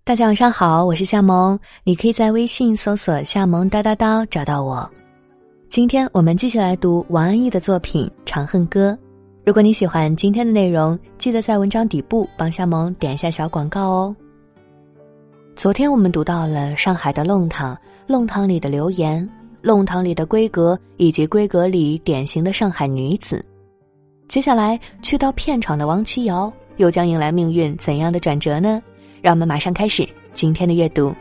大家晚上好，我是夏萌，你可以在微信搜索夏萌叨叨叨找到我。今天我们继续来读王安忆的作品《长恨歌》。如果你喜欢今天的内容，记得在文章底部帮夏萌点一下小广告哦。昨天我们读到了上海的弄堂，弄堂里的留言，弄堂里的闺阁，以及闺阁里典型的上海女子。接下来去到片场的王琦瑶又将迎来命运怎样的转折呢？让我们马上开始今天的阅读。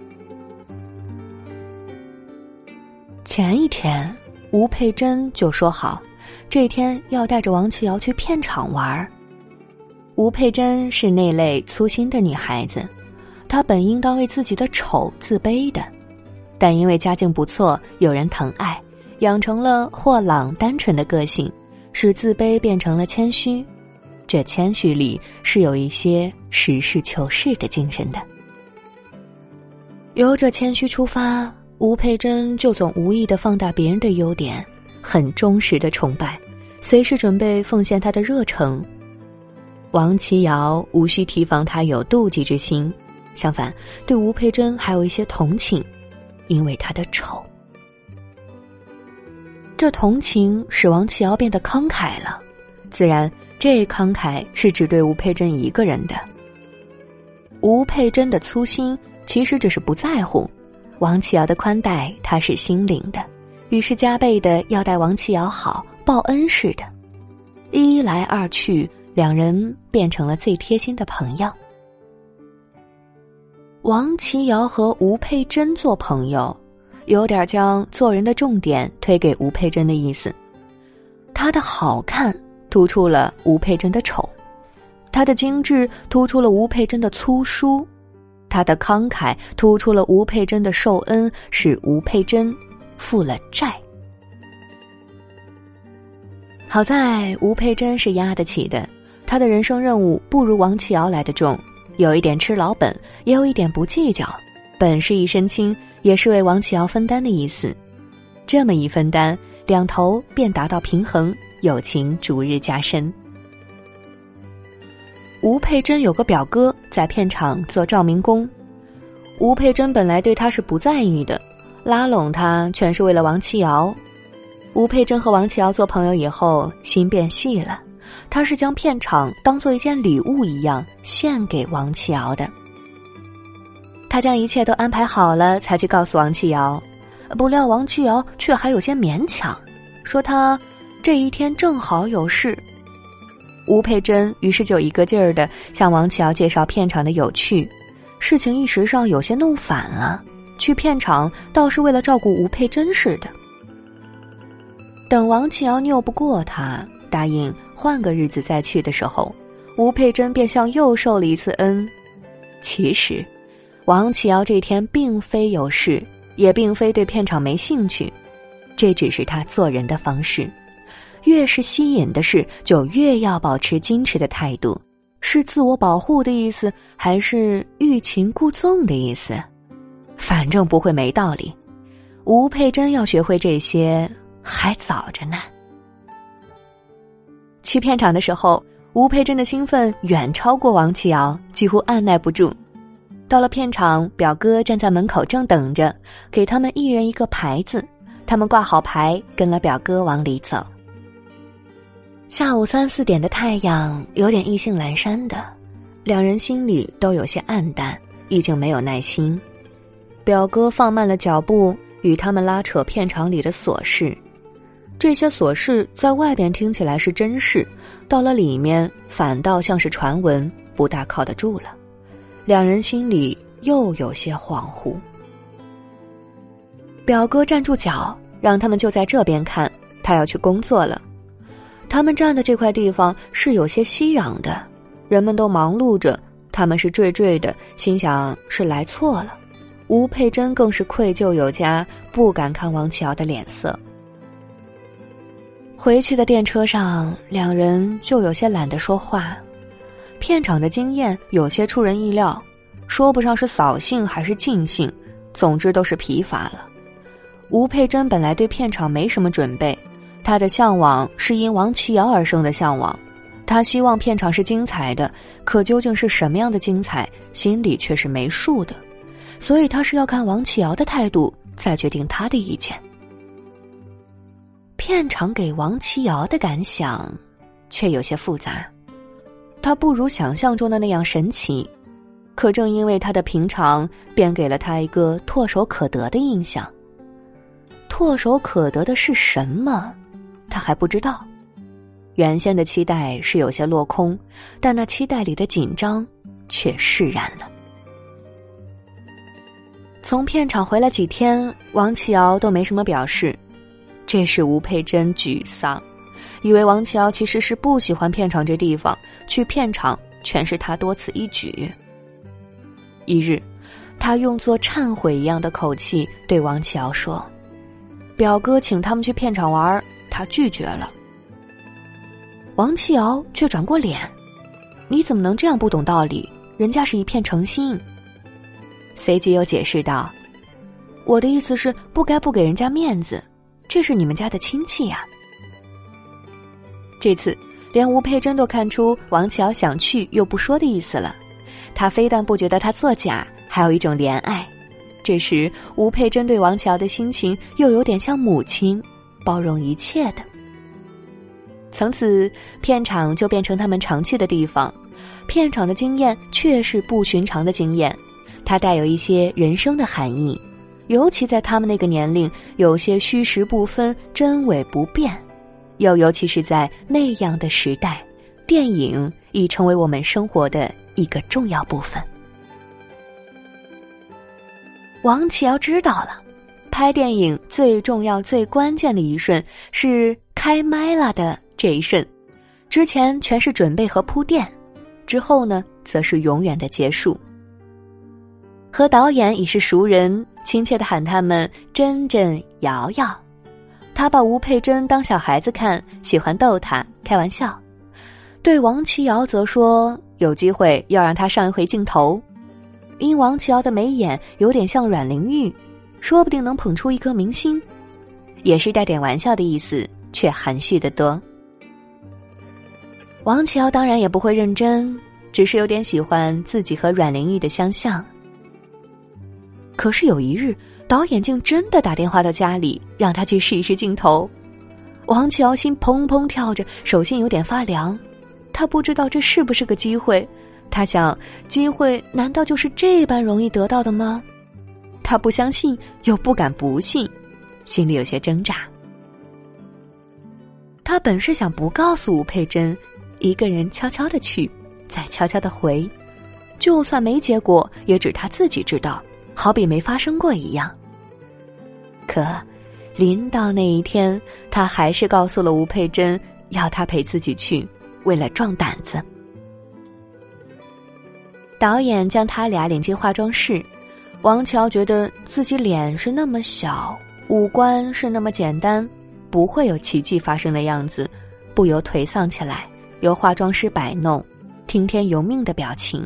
前一天吴佩珍就说好这天要带着王琦瑶去片场玩。吴佩珍是那类粗心的女孩子，她本应当为自己的丑自卑的，但因为家境不错，有人疼爱，养成了豁朗单纯的个性，使自卑变成了谦虚。这谦虚里是有一些实事求是的精神的。由这谦虚出发，吴佩珍就总无意地放大别人的优点，很忠实的崇拜，随时准备奉献他的热诚。王琦瑶无需提防他有妒忌之心，相反对吴佩珍还有一些同情，因为他的丑。这同情使王琦瑶变得慷慨了，自然这慷慨是只对吴佩珍一个人的。吴佩珍的粗心其实只是不在乎，王琦瑶的宽待他是心领的，于是加倍的要待王琦瑶好，报恩似的。一来二去，两人变成了最贴心的朋友。王琦瑶和吴佩珍做朋友，有点将做人的重点推给吴佩珍的意思。她的好看突出了吴佩珍的丑，她的精致突出了吴佩珍的粗疏，她的慷慨突出了吴佩珍的受恩，使吴佩珍负了债。好在吴佩珍是压得起的，她的人生任务不如王琦瑶来得重，有一点吃老本，也有一点不计较，本是一身轻，也是为王琦瑶分担的意思。这么一分担，两头便达到平衡，友情逐日加深。吴佩珍有个表哥在片场做照明工，吴佩珍本来对他是不在意的，拉拢他全是为了王琦瑶。吴佩珍和王琦瑶做朋友以后，心变细了，他是将片场当做一件礼物一样献给王琦瑶的。他将一切都安排好了才去告诉王琦瑶，不料王琦瑶却还有些勉强，说他这一天正好有事。吴佩珍于是就一个劲儿地向王琦瑶介绍片场的有趣，事情一时上有些弄反了，去片场倒是为了照顾吴佩珍似的。等王琦瑶拗不过他，答应换个日子再去的时候，吴佩珍便像又受了一次恩。其实王琦瑶这天并非有事，也并非对片场没兴趣，这只是他做人的方式。越是吸引的事，就越要保持矜持的态度，是自我保护的意思，还是欲擒故纵的意思？反正不会没道理。吴佩珍要学会这些还早着呢。去片场的时候，吴佩珍的兴奋远超过王琦瑶，几乎按耐不住。到了片场，表哥站在门口正等着，给他们一人一个牌子，他们挂好牌，跟了表哥往里走。下午3、4点的太阳有点意兴阑珊的，两人心里都有些暗淡，已经没有耐心。表哥放慢了脚步，与他们拉扯片场里的琐事。这些琐事在外边听起来是真事，到了里面反倒像是传闻，不大靠得住了。两人心里又有些恍惚。表哥站住脚，让他们就在这边看，他要去工作了。他们站的这块地方是有些熙攘的，人们都忙碌着，他们是惴惴的，心想是来错了。吴佩珍更是愧疚有加，不敢看王琦瑶的脸色。回去的电车上，两人就有些懒得说话。片场的经验有些出人意料，说不上是扫兴还是尽兴，总之都是疲乏了。吴佩珍本来对片场没什么准备，她的向往是因王琦瑶而生的向往， 他希望片场是精彩的，可究竟是什么样的精彩，心里却是没数的，所以他是要看王启尧的态度，再决定他的意见。片场给王启尧的感想却有些复杂，他不如想象中的那样神奇，可正因为他的平常，便给了他一个唾手可得的印象。唾手可得的是什么，他还不知道。原先的期待是有些落空，但那期待里的紧张却释然了。从片场回来几天，王启尧都没什么表示，这使吴佩珍沮丧，以为王启尧其实是不喜欢片场这地方，去片场全是他多此一举。一日，他用作忏悔一样的口气对王启尧说：“表哥请他们去片场玩，他拒绝了。”王启尧却转过脸：“你怎么能这样不懂道理？人家是一片诚心。”随即又解释道：“我的意思是不该不给人家面子，这是你们家的亲戚呀。”这次连吴佩珍都看出王启尧想去又不说的意思了，他非但不觉得他作假，还有一种怜爱。这时吴佩珍对王启尧的心情又有点像母亲，包容一切的。从此片场就变成他们常去的地方。片场的经验确是不寻常的经验，它带有一些人生的含义，尤其在他们那个年龄，有些虚实不分，真伪不辨，又尤其是在那样的时代，电影已成为我们生活的一个重要部分。王启尧知道了，拍电影最重要最关键的一瞬是开麦了的这一瞬，之前全是准备和铺垫，之后呢，则是永远的结束。和导演已是熟人，亲切地喊他们珍珍、瑶瑶。他把吴佩珍当小孩子看，喜欢逗他开玩笑。对王启尧则说，有机会要让他上一回镜头，因王启尧的眉眼有点像阮玲玉，说不定能捧出一颗明星，也是带点玩笑的意思，却含蓄得多。王启尧当然也不会认真，只是有点喜欢自己和阮玲玉的相像。可是有一日，导演竟真的打电话到家里，让他去试一试镜头。王启尧心砰砰跳着，手心有点发凉。他不知道这是不是个机会，他想，机会难道就是这般容易得到的吗？他不相信，又不敢不信，心里有些挣扎。他本是想不告诉吴佩珍，一个人悄悄地去，再悄悄地回，就算没结果，也只他自己知道，好比没发生过一样。可临到那一天，他还是告诉了吴佩珍，要他陪自己去，为了壮胆子。导演将他俩领进化妆室，王启尧觉得自己脸是那么小，五官是那么简单，不会有奇迹发生的样子，不由颓丧起来，由化妆师摆弄，听天由命的表情。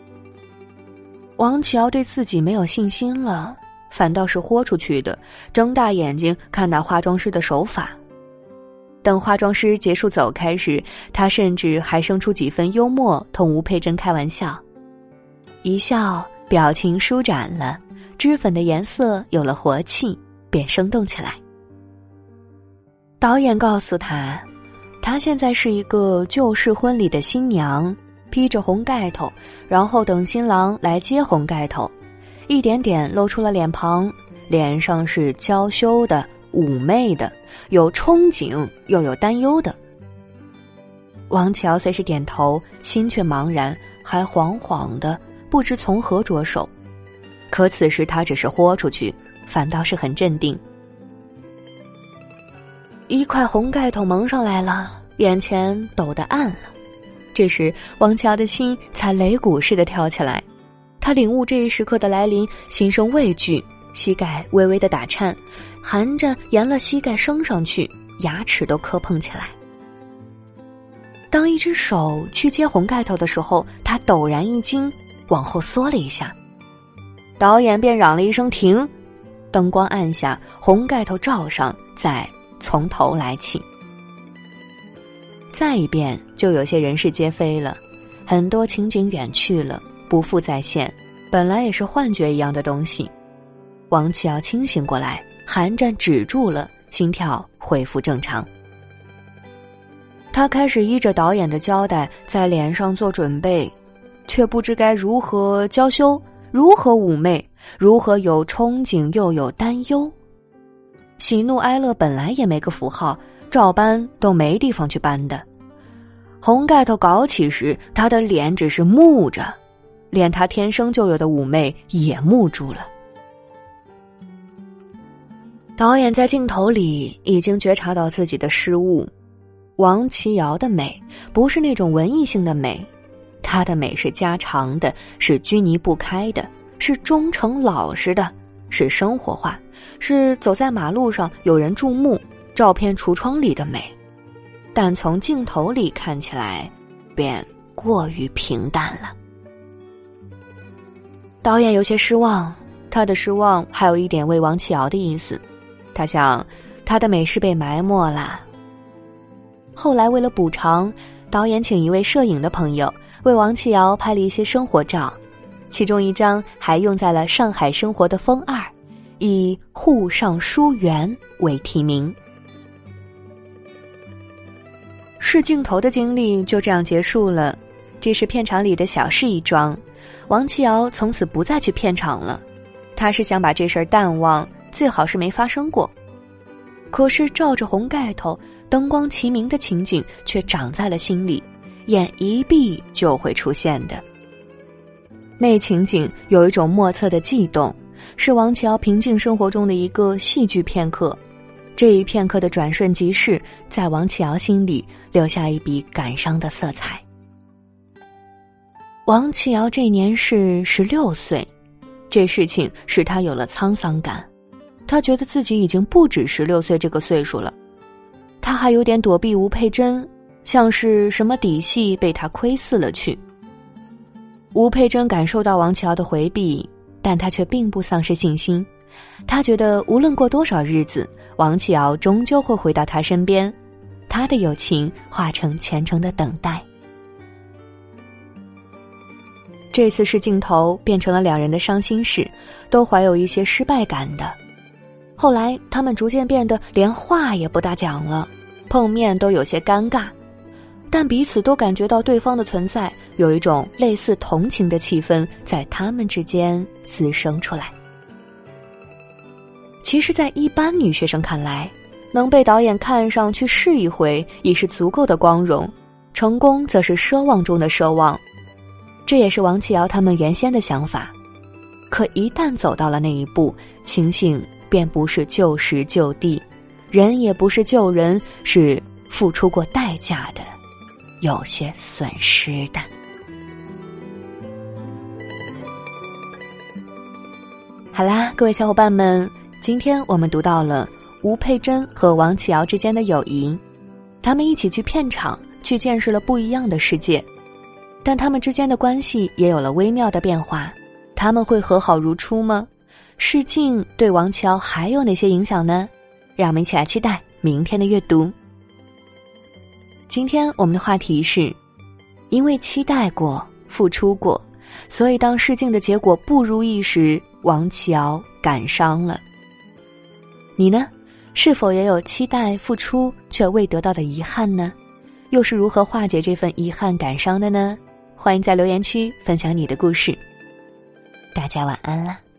王启尧对自己没有信心了，反倒是豁出去的，睁大眼睛看那化妆师的手法。等化妆师结束走开时，他甚至还生出几分幽默，同吴佩珍开玩笑。一笑，表情舒展了，脂粉的颜色有了活气，便生动起来。导演告诉他，她现在是一个旧式婚礼的新娘，披着红盖头，然后等新郎来接红盖头，一点点露出了脸庞，脸上是娇羞的、妩媚的，有憧憬又有担忧的。王启尧虽是点头，心却茫然，还惶惶的，不知从何着手。可此时他只是豁出去，反倒是很镇定。一块红盖头蒙上来了，眼前陡得暗了。这时王启尧的心才擂鼓似的跳起来，他领悟这一时刻的来临，心生畏惧，膝盖微微的打颤，含着沿了膝盖升上去，牙齿都磕碰起来。当一只手去接红盖头的时候，他陡然一惊，往后缩了一下。导演便嚷了一声停，灯光暗下，红盖头罩上，再从头来起。 再一遍，就有些人事皆非了，很多情景远去了，不复再现，本来也是幻觉一样的东西。王启尧清醒过来，寒战止住了，心跳恢复正常。他开始依着导演的交代在脸上做准备，却不知该如何娇羞，如何妩媚，如何有憧憬又有担忧。喜怒哀乐本来也没个符号，照搬都没地方去搬的。红盖头搞起时，他的脸只是木着，连他天生就有的妩媚也木住了。导演在镜头里已经觉察到自己的失误。王启尧的美不是那种文艺性的美，她的美是家常的，是拘泥不开的，是忠诚老实的，是生活化，是走在马路上有人注目，照片橱窗里的美。但从镜头里看起来便过于平淡了。导演有些失望，他的失望还有一点为王启尧的意思，他想他的美是被埋没了。后来为了补偿，导演请一位摄影的朋友为王启尧拍了一些生活照，其中一张还用在了上海生活的风2，以沪上书园为题名。试镜头的经历就这样结束了，这是片场里的小事一桩。王启尧从此不再去片场了，他是想把这事儿淡忘，最好是没发生过。可是照着红盖头，灯光齐明的情景却长在了心里，眼一闭就会出现的。那情景有一种莫测的悸动，是王启尧平静生活中的一个戏剧片刻。这一片刻的转瞬即逝，在王启尧心里留下一笔感伤的色彩。王启尧这年是16岁，这事情使他有了沧桑感。他觉得自己已经不止16岁这个岁数了。他还有点躲避吴佩珍，像是什么底细被他窥伺了去。吴佩珍感受到王启尧的回避，但他却并不丧失信心。他觉得无论过多少日子，王启尧终究会回到他身边，他的友情化成虔诚的等待。这次是镜头变成了两人的伤心事，都怀有一些失败感的。后来他们逐渐变得连话也不大讲了，碰面都有些尴尬，但彼此都感觉到对方的存在，有一种类似同情的气氛在他们之间滋生出来。其实在一般女学生看来，能被导演看上去试一回已是足够的光荣，成功则是奢望中的奢望。这也是王启尧他们原先的想法。可一旦走到了那一步，情形便不是旧时旧地，人也不是旧人，是付出过代价的，有些损失的。好啦，各位小伙伴们，今天我们读到了吴佩珍和王启尧之间的友谊，他们一起去片场，去见识了不一样的世界，但他们之间的关系也有了微妙的变化。他们会和好如初吗？试镜对王启尧还有哪些影响呢？让我们一起来期待明天的阅读。今天我们的话题是，因为期待过，付出过，所以当试镜的结果不如意时，王启尧感伤了。你呢？是否也有期待付出却未得到的遗憾呢？又是如何化解这份遗憾感伤的呢？欢迎在留言区分享你的故事。大家晚安啦。